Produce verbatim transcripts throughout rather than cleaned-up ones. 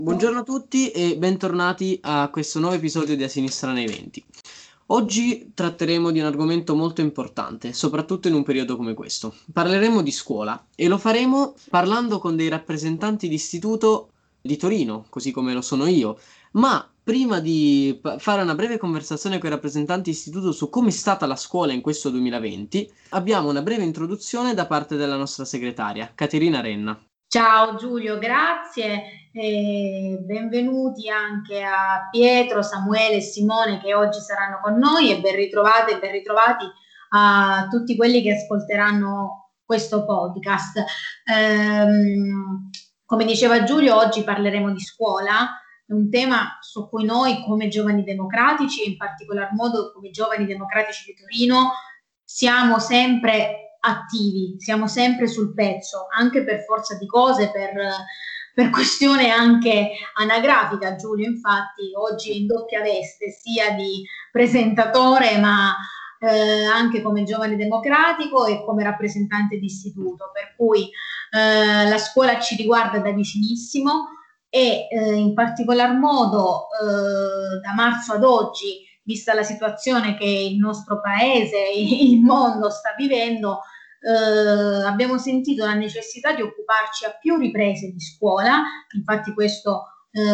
Buongiorno a tutti e bentornati a questo nuovo episodio di A Sinistra nei venti. Oggi tratteremo di un argomento molto importante, soprattutto in un periodo come questo. Parleremo di scuola e lo faremo parlando con dei rappresentanti di istituto di Torino, così come lo sono io. Ma prima di pa- fare una breve conversazione con i rappresentanti di istituto su come è stata la scuola in questo duemilaventi, abbiamo una breve introduzione da parte della nostra segretaria, Caterina Renna. Ciao Giulio, grazie e benvenuti anche a Pietro, Samuele e Simone che oggi saranno con noi e ben ritrovate e ben ritrovati a tutti quelli che ascolteranno questo podcast. Ehm, come diceva Giulio, oggi parleremo di scuola, un tema su cui noi come Giovani Democratici, in particolar modo come Giovani Democratici di Torino, siamo sempre attivi, siamo sempre sul pezzo, anche per forza di cose, per, per questione anche anagrafica. Giulio, infatti, oggi in doppia veste, sia di presentatore, ma eh, anche come giovane democratico e come rappresentante di istituto, per cui eh, la scuola ci riguarda da vicinissimo e eh, in particolar modo eh, da marzo ad oggi, vista la situazione che il nostro paese, il mondo sta vivendo, eh, abbiamo sentito la necessità di occuparci a più riprese di scuola. Infatti questo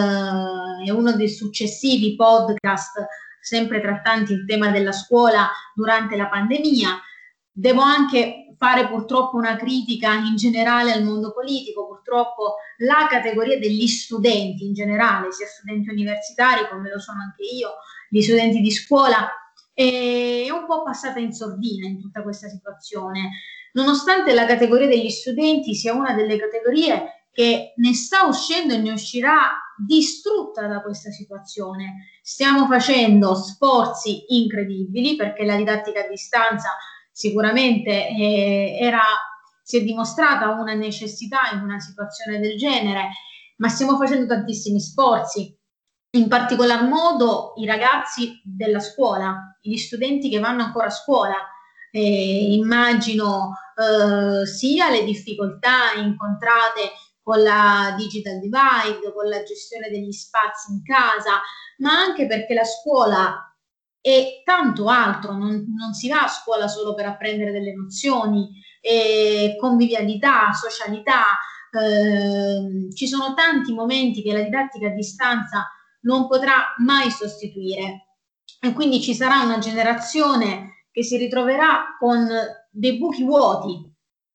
eh, è uno dei successivi podcast sempre trattanti il tema della scuola durante la pandemia. Devo anche fare purtroppo una critica in generale al mondo politico. Purtroppo la categoria degli studenti in generale, sia studenti universitari come lo sono anche io, gli studenti di scuola, è un po' passata in sordina in tutta questa situazione, nonostante la categoria degli studenti sia una delle categorie che ne sta uscendo e ne uscirà distrutta da questa situazione. Stiamo facendo sforzi incredibili perché la didattica a distanza sicuramente eh, era, si è dimostrata una necessità in una situazione del genere, ma stiamo facendo tantissimi sforzi. In particolar modo i ragazzi della scuola, gli studenti che vanno ancora a scuola, eh, immagino eh, sia le difficoltà incontrate con la digital divide, con la gestione degli spazi in casa, ma anche perché la scuola è tanto altro, non, non si va a scuola solo per apprendere delle nozioni, eh, convivialità, socialità, eh, ci sono tanti momenti che la didattica a distanza non potrà mai sostituire e quindi ci sarà una generazione che si ritroverà con dei buchi vuoti,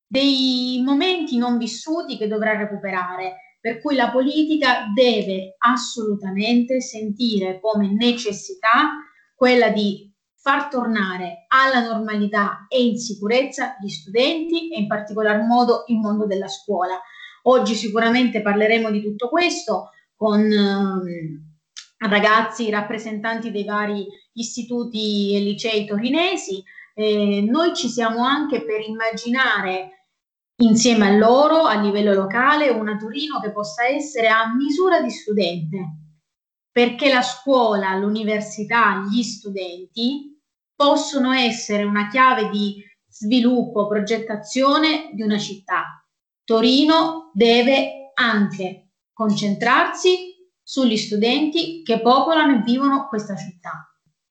dei momenti non vissuti che dovrà recuperare, per cui la politica deve assolutamente sentire come necessità quella di far tornare alla normalità e in sicurezza gli studenti e in particolar modo il mondo della scuola. Oggi sicuramente parleremo di tutto questo con eh, ragazzi rappresentanti dei vari istituti e licei torinesi. Eh, noi ci siamo anche per immaginare insieme a loro a livello locale una Torino che possa essere a misura di studente, perché la scuola, l'università, gli studenti possono essere una chiave di sviluppo, progettazione di una città. Torino deve anche concentrarsi sugli studenti che popolano e vivono questa città.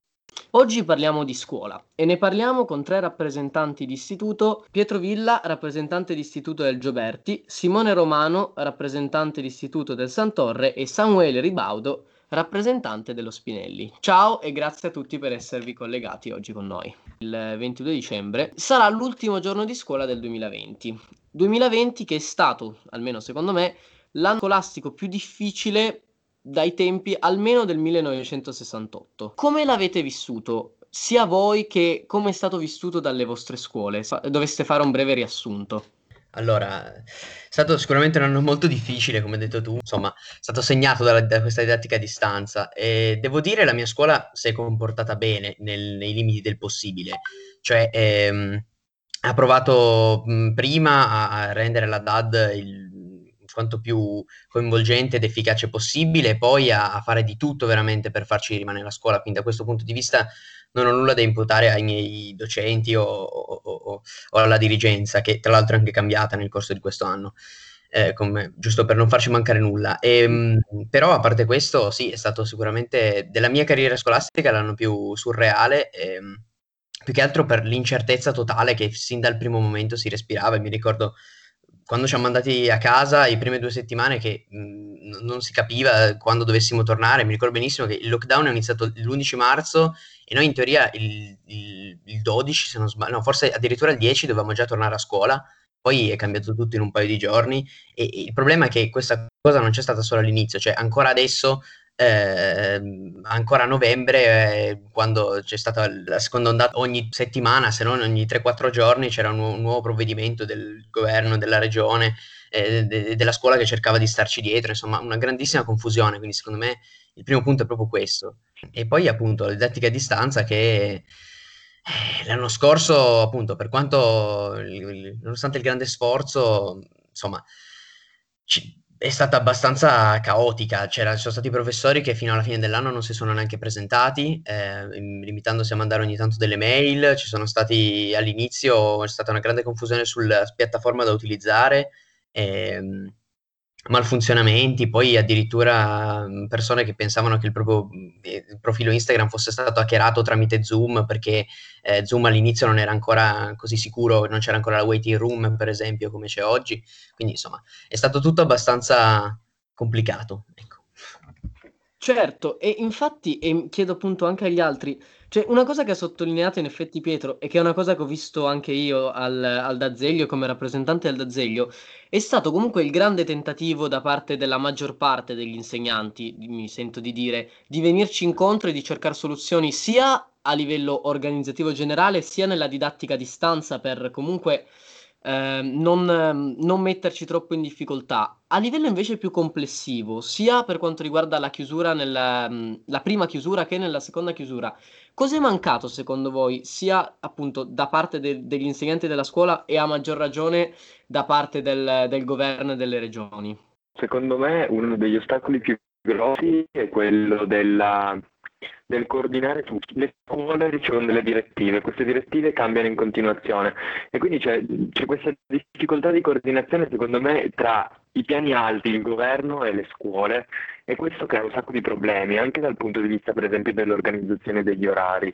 Oggi parliamo di scuola e ne parliamo con tre rappresentanti di istituto: Pietro Villa, rappresentante di istituto del Gioberti, Simone Romano, rappresentante di istituto del Santorre e Samuele Ribaudo, rappresentante dello Spinelli. Ciao e grazie a tutti per esservi collegati oggi con noi. Il ventidue dicembre sarà l'ultimo giorno di scuola del duemilaventi. duemilaventi che è stato, almeno secondo me, l'anno scolastico più difficile dai tempi almeno del millenovecentosessantotto. Come l'avete vissuto? Sia voi che come è stato vissuto dalle vostre scuole? Fa- doveste fare un breve riassunto. Allora, è stato sicuramente un anno molto difficile, come hai detto tu, insomma, è stato segnato dalla- da questa didattica a distanza e devo dire la mia scuola si è comportata bene nel- nei limiti del possibile, cioè ehm, ha provato mh, prima a, a rendere la D A D il quanto più coinvolgente ed efficace possibile, e poi a, a fare di tutto veramente per farci rimanere a scuola, quindi da questo punto di vista non ho nulla da imputare ai miei docenti o, o- o- o alla dirigenza, che tra l'altro è anche cambiata nel corso di questo anno. eh, come- giusto per non farci mancare nulla. E, mh, però a parte questo, sì, è stato sicuramente della mia carriera scolastica l'anno più surreale, ehm, più che altro per l'incertezza totale che sin dal primo momento si respirava. E mi ricordo quando ci hanno mandati a casa le prime due settimane che mh, n- non si capiva quando dovessimo tornare. Mi ricordo benissimo che il lockdown è iniziato l'undici marzo e noi in teoria il, il- il dodici, se non sbaglio, no, forse addirittura il dieci dovevamo già tornare a scuola. Poi è cambiato tutto in un paio di giorni e, e il problema è che questa cosa non c'è stata solo all'inizio, cioè ancora adesso, ehm, ancora a novembre, eh, quando c'è stata la seconda ondata, ogni settimana, se non ogni tre quattro giorni, c'era un, nu- un nuovo provvedimento del governo, della regione, eh, de- della scuola che cercava di starci dietro, insomma, una grandissima confusione. Quindi secondo me il primo punto è proprio questo. E poi appunto la didattica a distanza che eh, l'anno scorso, appunto, per quanto, il- il- nonostante il grande sforzo, insomma, ci- è stata abbastanza caotica. C'era, ci sono stati professori che fino alla fine dell'anno non si sono neanche presentati, eh, limitandosi a mandare ogni tanto delle mail. Ci sono stati all'inizio, c'è stata una grande confusione sulla piattaforma da utilizzare. ehm, Malfunzionamenti, poi addirittura mh, persone che pensavano che il proprio mh, eh, il profilo Instagram fosse stato hackerato tramite Zoom, perché eh, Zoom all'inizio non era ancora così sicuro, non c'era ancora la waiting room, per esempio, come c'è oggi. Quindi, insomma, è stato tutto abbastanza complicato, ecco. Certo, e infatti, e chiedo appunto anche agli altri, cioè una cosa che ha sottolineato in effetti Pietro, e che è una cosa che ho visto anche io al, al D'Azeglio come rappresentante del D'Azeglio, è stato comunque il grande tentativo da parte della maggior parte degli insegnanti, mi sento di dire, di venirci incontro e di cercare soluzioni sia a livello organizzativo generale, sia nella didattica a distanza per comunque ehm, non, ehm, non metterci troppo in difficoltà. A livello invece più complessivo, sia per quanto riguarda la chiusura nella, mh, la prima chiusura che nella seconda chiusura, cosa è mancato secondo voi, sia appunto da parte de- degli insegnanti della scuola e a maggior ragione da parte del, del governo e delle regioni? Secondo me uno degli ostacoli più grossi è quello della- del coordinare tutti. Le scuole ricevono delle direttive, queste direttive cambiano in continuazione e quindi c'è, c'è questa difficoltà di coordinazione, secondo me, tra i piani alti, il governo e le scuole, e questo crea un sacco di problemi, anche dal punto di vista, per esempio, dell'organizzazione degli orari.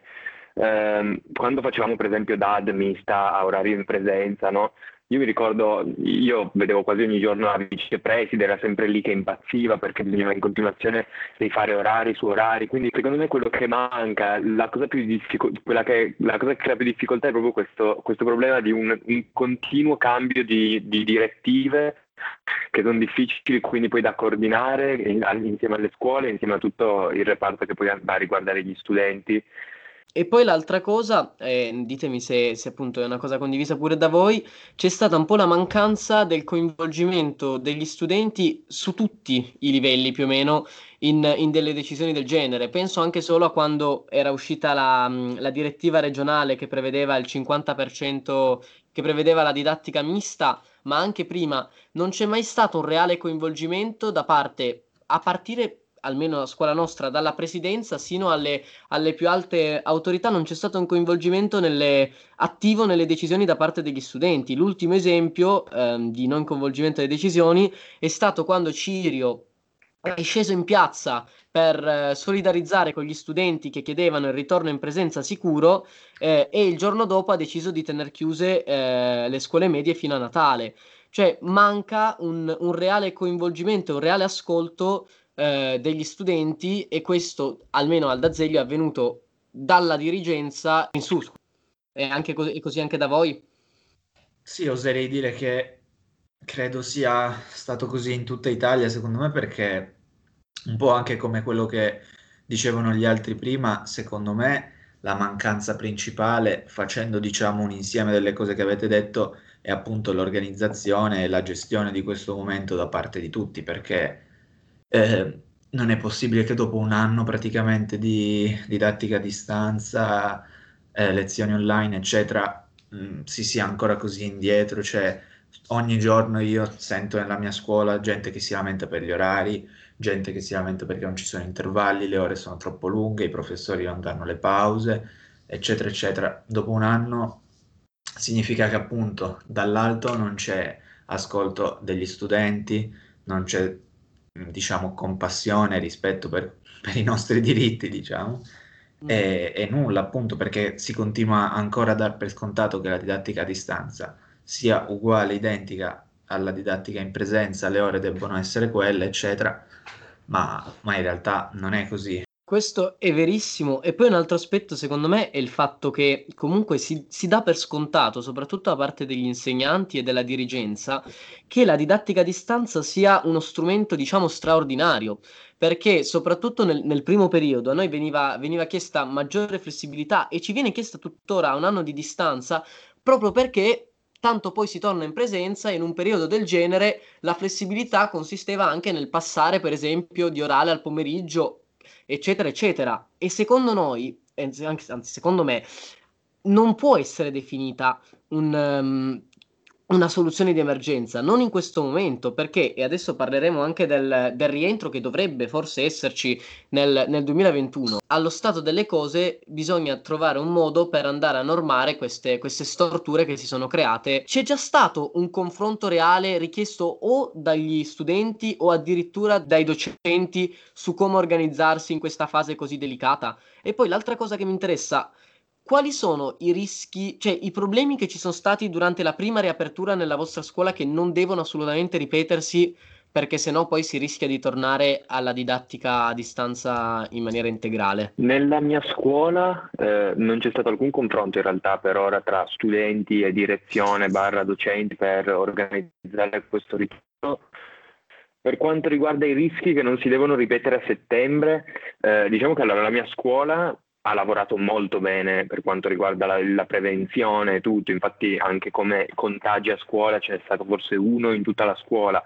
Ehm, quando facevamo, per esempio, D A D mista a orario in presenza, no? Io mi ricordo, io vedevo quasi ogni giorno la vicepreside, era sempre lì che impazziva perché bisognava in continuazione rifare orari su orari, quindi secondo me quello che manca, la cosa più diffico- quella che, la cosa che crea più difficoltà è proprio questo, questo problema di un, un continuo cambio di, di direttive che sono difficili quindi poi da coordinare in- insieme alle scuole, insieme a tutto il reparto che poi va a riguardare gli studenti. E poi l'altra cosa, eh, ditemi se, se appunto è una cosa condivisa pure da voi, c'è stata un po' la mancanza del coinvolgimento degli studenti su tutti i livelli più o meno in, in delle decisioni del genere. Penso anche solo a quando era uscita la, mh, la direttiva regionale che prevedeva il cinquanta per cento, che prevedeva la didattica mista, ma anche prima non c'è mai stato un reale coinvolgimento da parte, a partire almeno a scuola nostra, dalla presidenza sino alle alle più alte autorità non c'è stato un coinvolgimento nelle- attivo nelle decisioni da parte degli studenti. L'ultimo esempio ehm, di non coinvolgimento delle decisioni è stato quando Cirio è sceso in piazza per eh, solidarizzare con gli studenti che chiedevano il ritorno in presenza sicuro eh, e il giorno dopo ha deciso di tenere chiuse eh, le scuole medie fino a Natale. Cioè manca un, un reale coinvolgimento, un reale ascolto eh, degli studenti e questo, almeno al D'Azeglio, è avvenuto dalla dirigenza in su. E anche così, e così anche da voi? Sì, oserei dire che credo sia stato così in tutta Italia, secondo me, perché un po' anche come quello che dicevano gli altri prima, secondo me la mancanza principale, facendo diciamo un insieme delle cose che avete detto, è appunto l'organizzazione e la gestione di questo momento da parte di tutti, perché eh, non è possibile che dopo un anno praticamente di didattica a distanza, eh, lezioni online, eccetera, mh, si sia ancora così indietro. Cioè, ogni giorno io sento nella mia scuola gente che si lamenta per gli orari, gente che si lamenta perché non ci sono intervalli, le ore sono troppo lunghe, i professori non danno le pause, eccetera, eccetera. Dopo un anno significa che appunto dall'alto non c'è ascolto degli studenti, non c'è, diciamo, compassione, rispetto per, per i nostri diritti, diciamo, Mm. e, e nulla, appunto, perché si continua ancora a dar per scontato che la didattica a distanza sia uguale, identica alla didattica in presenza, le ore debbono essere quelle, eccetera, ma, ma in realtà non è così. Questo è verissimo. E poi un altro aspetto, secondo me, è il fatto che comunque si, si dà per scontato, soprattutto da parte degli insegnanti e della dirigenza, che la didattica a distanza sia uno strumento, diciamo, straordinario. Perché soprattutto nel, nel primo periodo a noi veniva, veniva chiesta maggiore flessibilità e ci viene chiesta tuttora a un anno di distanza, proprio perché tanto poi si torna in presenza e in un periodo del genere la flessibilità consisteva anche nel passare, per esempio, di orale al pomeriggio, eccetera, eccetera. E secondo noi, anzi, anzi, secondo me, non può essere definita un, um, una soluzione di emergenza, non in questo momento, perché, e adesso parleremo anche del, del rientro che dovrebbe forse esserci nel, nel duemilaventuno, allo stato delle cose bisogna trovare un modo per andare a normare queste, queste storture che si sono create. C'è già stato un confronto reale richiesto o dagli studenti o addirittura dai docenti su come organizzarsi in questa fase così delicata? E poi l'altra cosa che mi interessa, quali sono i rischi, cioè i problemi che ci sono stati durante la prima riapertura nella vostra scuola che non devono assolutamente ripetersi, perché sennò poi si rischia di tornare alla didattica a distanza in maniera integrale? Nella mia scuola eh, non c'è stato alcun confronto in realtà per ora tra studenti e direzione barra docenti per organizzare questo ritorno. Per quanto riguarda i rischi che non si devono ripetere a settembre, eh, diciamo che allora la mia scuola ha lavorato molto bene per quanto riguarda la, la prevenzione e tutto, infatti anche come contagi a scuola c'è stato forse uno in tutta la scuola.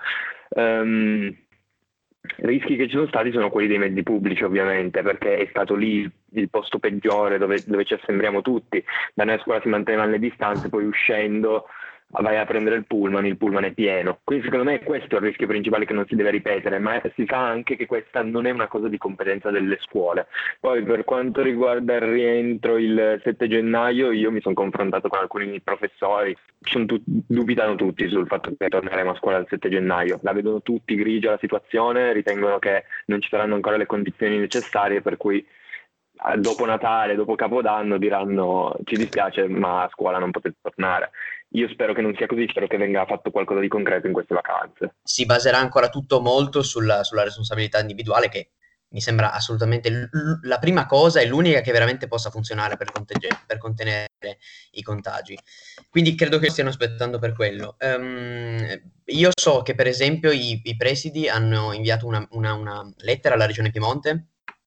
Um, rischi che ci sono stati sono quelli dei mezzi pubblici ovviamente, perché è stato lì il posto peggiore dove, dove ci assembliamo tutti. Da noi a scuola si mantenevano le distanze, poi uscendo vai a prendere il pullman, il pullman è pieno. Quindi secondo me questo è il rischio principale che non si deve ripetere, ma si sa anche che questa non è una cosa di competenza delle scuole. Poi per quanto riguarda il rientro il sette gennaio, io mi sono confrontato con alcuni professori, sono tu- dubitano tutti sul fatto che torneremo a scuola il sette gennaio, la vedono tutti grigia la situazione, ritengono che non ci saranno ancora le condizioni necessarie, per cui dopo Natale, dopo Capodanno diranno ci dispiace ma a scuola non potete tornare. Io spero che non sia così, spero che venga fatto qualcosa di concreto in queste vacanze. Si baserà ancora tutto molto sulla, sulla responsabilità individuale, che mi sembra assolutamente l- l- la prima cosa e l'unica che veramente possa funzionare per, contegge- per contenere i contagi. Quindi credo che stiano aspettando per quello. Ehm, io so che per esempio i, i presidi hanno inviato una, una- una lettera alla Regione Piemonte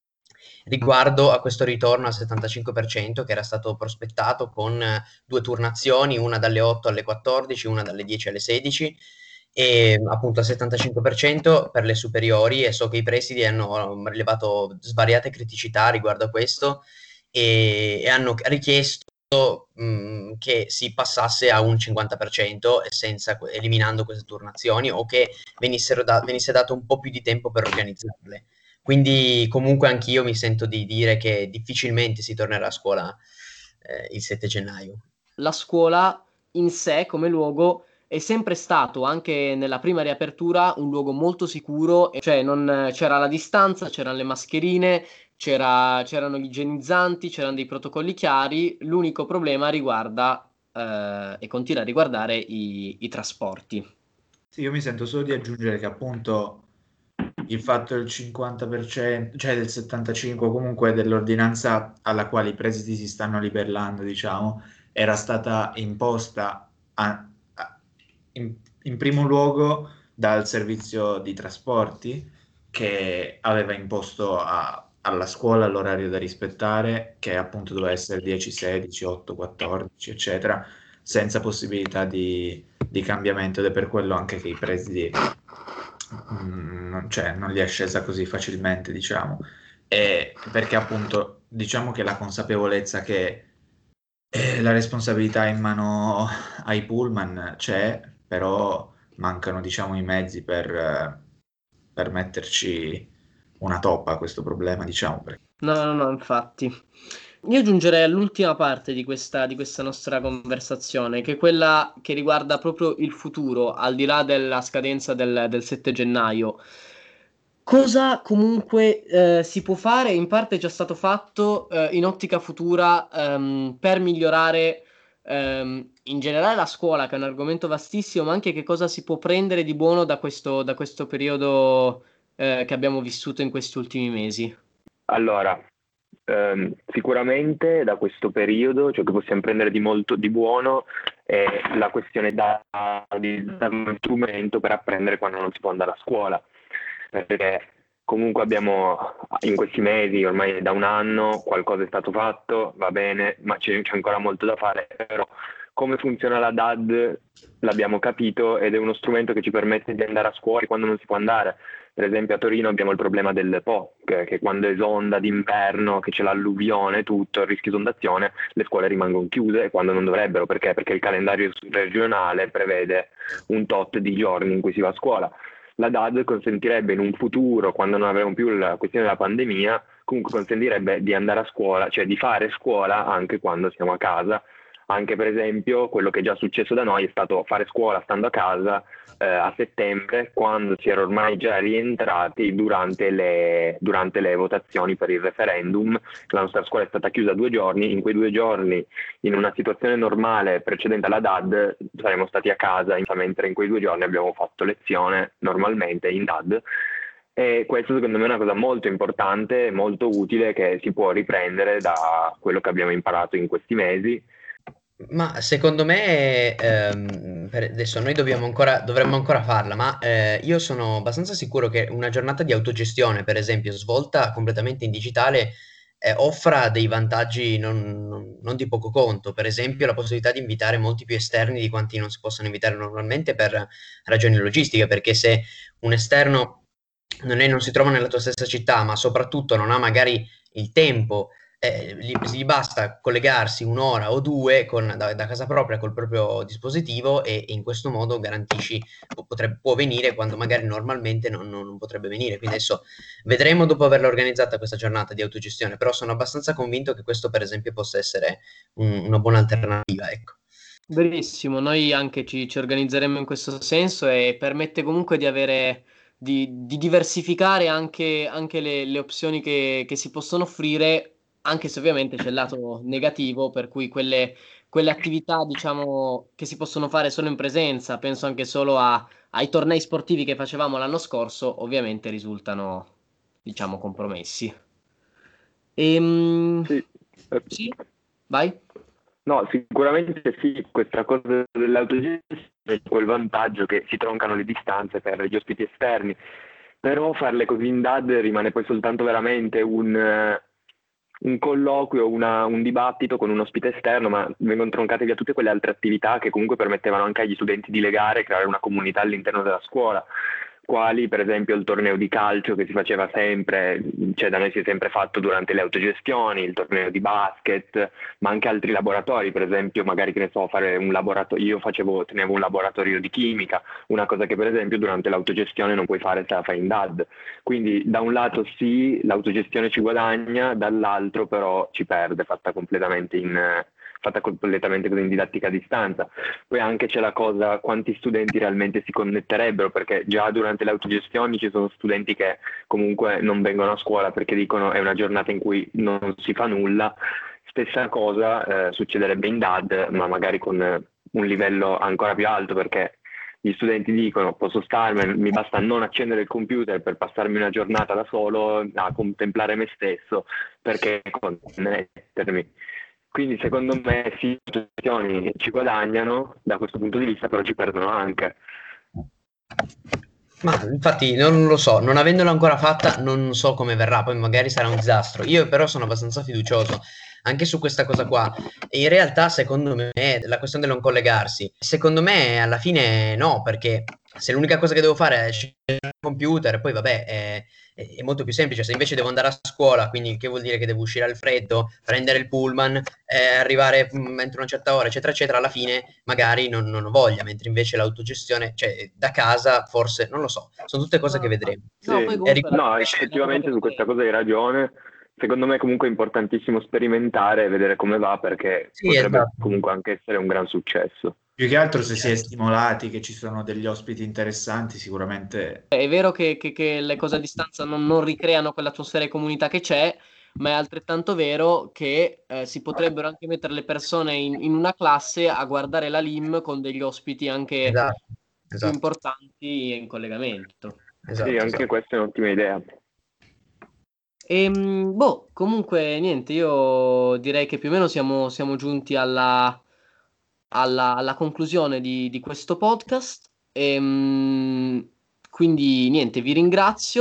riguardo a questo ritorno al settantacinque per cento che era stato prospettato con eh, due turnazioni, una dalle otto alle quattordici, una dalle dieci alle sedici, e appunto al settantacinque per cento per le superiori, e so che i presidi hanno rilevato svariate criticità riguardo a questo e, e hanno richiesto mh, che si passasse a un cinquanta per cento senza, eliminando queste turnazioni, o che venissero da, venisse dato un po' più di tempo per organizzarle. Quindi comunque anch'io mi sento di dire che difficilmente si tornerà a scuola eh, il sette gennaio. La scuola in sé come luogo è sempre stato, anche nella prima riapertura, un luogo molto sicuro, cioè non, c'era la distanza, c'erano le mascherine, c'era, c'erano gli igienizzanti, c'erano dei protocolli chiari. L'unico problema riguarda eh, e continua a riguardare i, i trasporti. Sì, io mi sento solo di aggiungere che appunto il fatto del cinquanta per cento, cioè del settantacinque per cento, comunque dell'ordinanza alla quale i presidi si stanno libellando, diciamo, era stata imposta a- a- in, in primo luogo dal servizio di trasporti, che aveva imposto a- alla scuola l'orario da rispettare, che appunto doveva essere dieci sedici, otto quattordici, eccetera, senza possibilità di, di cambiamento, ed è per quello anche che i presidi mm, non, cioè, non gli è scesa così facilmente, diciamo, e perché appunto diciamo che la consapevolezza che eh, la responsabilità in mano ai pullman c'è, però mancano, diciamo, i mezzi per, eh, per metterci una toppa a questo problema, diciamo. perché- No, no, no, infatti. Io aggiungerei all'ultima parte di questa, di questa nostra conversazione, che è quella che riguarda proprio il futuro, al di là della scadenza del, del sette gennaio. Cosa comunque eh, si può fare, in parte è già stato fatto eh, in ottica futura ehm, per migliorare ehm, in generale la scuola, che è un argomento vastissimo, ma anche che cosa si può prendere di buono da questo, da questo periodo eh, che abbiamo vissuto in questi ultimi mesi. Allora, ehm, sicuramente da questo periodo ciò che possiamo prendere di molto di buono è la questione da, di dare uno strumento per apprendere quando non si può andare a scuola, perché comunque abbiamo in questi mesi, ormai da un anno, qualcosa è stato fatto, va bene, ma c'è, c'è ancora molto da fare, però come funziona la D A D l'abbiamo capito ed è uno strumento che ci permette di andare a scuola quando non si può andare. Per esempio a Torino abbiamo il problema del Po, che, che quando esonda d'inverno, che c'è l'alluvione, tutto, il rischio di esondazione, le scuole rimangono chiuse quando non dovrebbero. Perché? Perché il calendario regionale prevede un tot di giorni in cui si va a scuola. La D A D consentirebbe in un futuro, quando non avremo più la questione della pandemia, comunque consentirebbe di andare a scuola, cioè di fare scuola anche quando siamo a casa. Anche per esempio quello che è già successo da noi è stato fare scuola stando a casa eh, a settembre, quando si era ormai già rientrati durante le, durante le votazioni per il referendum. La nostra scuola è stata chiusa due giorni, in quei due giorni in una situazione normale precedente alla D A D saremmo stati a casa, mentre in quei due giorni abbiamo fatto lezione normalmente in D A D. E questo secondo me è una cosa molto importante, molto utile, che si può riprendere da quello che abbiamo imparato in questi mesi. Ma secondo me, ehm, per adesso noi dobbiamo ancora, dovremmo ancora farla, ma eh, io sono abbastanza sicuro che una giornata di autogestione, per esempio, svolta completamente in digitale, eh, offra dei vantaggi non, non- non di poco conto. Per esempio, la possibilità di invitare molti più esterni di quanti non si possono invitare normalmente per ragioni logistiche, perché se un esterno non è- non si trova nella tua stessa città, ma soprattutto non ha magari il tempo, eh, gli, gli basta collegarsi un'ora o due con- da, da casa propria col proprio dispositivo e, e in questo modo garantisci, pu- potrebbe, può venire quando magari normalmente non, non- non potrebbe venire. Quindi adesso vedremo dopo averla organizzata questa giornata di autogestione, però sono abbastanza convinto che questo per esempio possa essere un- una buona alternativa, ecco. Benissimo, noi anche ci, ci organizzeremo in questo senso e permette comunque di avere, di, di diversificare anche, anche le, le opzioni che, che si possono offrire, anche se ovviamente c'è il lato negativo, per cui quelle, quelle attività, diciamo, che si possono fare solo in presenza, penso anche solo a- ai tornei sportivi che facevamo l'anno scorso, ovviamente risultano, diciamo, compromessi. Ehm, Sì. eh, sì, vai. No, sicuramente sì, questa cosa dell'autogestione è quel vantaggio che si troncano le distanze per gli ospiti esterni, però farle così in D A D rimane poi soltanto veramente un, eh, un colloquio, una- un dibattito con un ospite esterno, ma vengono troncate via tutte quelle altre attività che comunque permettevano anche agli studenti di legare e creare una comunità all'interno della scuola, quali per esempio il torneo di calcio che si faceva sempre, cioè da noi si è sempre fatto durante le autogestioni, il torneo di basket, ma anche altri laboratori, per esempio magari che ne so, fare un laboratorio, io facevo, tenevo un laboratorio di chimica, una cosa che per esempio durante l'autogestione non puoi fare se la fai in D A D. Quindi da un lato sì, l'autogestione ci guadagna, dall'altro però ci perde, fatta completamente in, fatta completamente in didattica a distanza. Poi anche c'è la cosa quanti studenti realmente si connetterebbero, perché già durante le autogestioni ci sono studenti che comunque non vengono a scuola perché dicono è una giornata in cui non si fa nulla. Stessa cosa eh, succederebbe in D A D, ma magari con eh, un livello ancora più alto, perché gli studenti dicono posso starmene, mi basta non accendere il computer per passarmi una giornata da solo a contemplare me stesso, perché connettermi. Quindi secondo me sì, le istituzioni ci guadagnano da questo punto di vista, però ci perdono anche. Ma infatti non lo so, non avendola ancora fatta non so come verrà, poi magari sarà un disastro. Io però sono abbastanza fiducioso anche su questa cosa qua. E in realtà secondo me la questione del non collegarsi, secondo me alla fine no, perché se l'unica cosa che devo fare è scegliere il computer, poi vabbè, è, è molto più semplice. Se invece devo andare a scuola, quindi che vuol dire che devo uscire al freddo, prendere il pullman, eh, arrivare mh, entro una certa ora, eccetera, eccetera, alla fine magari non, non ho voglia, mentre invece l'autogestione, cioè da casa, forse, non lo so, sono tutte cose che No, vedremo. Sì, no, poi E comunque ricordo no, ragionate effettivamente su questa bene. cosa hai ragione, secondo me comunque è importantissimo sperimentare e vedere come va, perché Sì, potrebbe esatto. comunque anche essere un gran successo. Più che altro se si è Certo. stimolati, che ci sono degli ospiti interessanti, sicuramente È vero che, che- che le cose a distanza non, non ricreano quell'atmosfera di comunità che c'è, ma è altrettanto vero che eh, si potrebbero anche mettere le persone in, in una classe a guardare la L I M con degli ospiti anche Esatto, più esatto, importanti in collegamento. Sì, esatto, anche esatto. questa è un'ottima idea. Ehm, boh, comunque niente, io direi che più o meno siamo, siamo giunti alla, alla- alla conclusione di, di questo podcast. Ehm, quindi niente, vi ringrazio.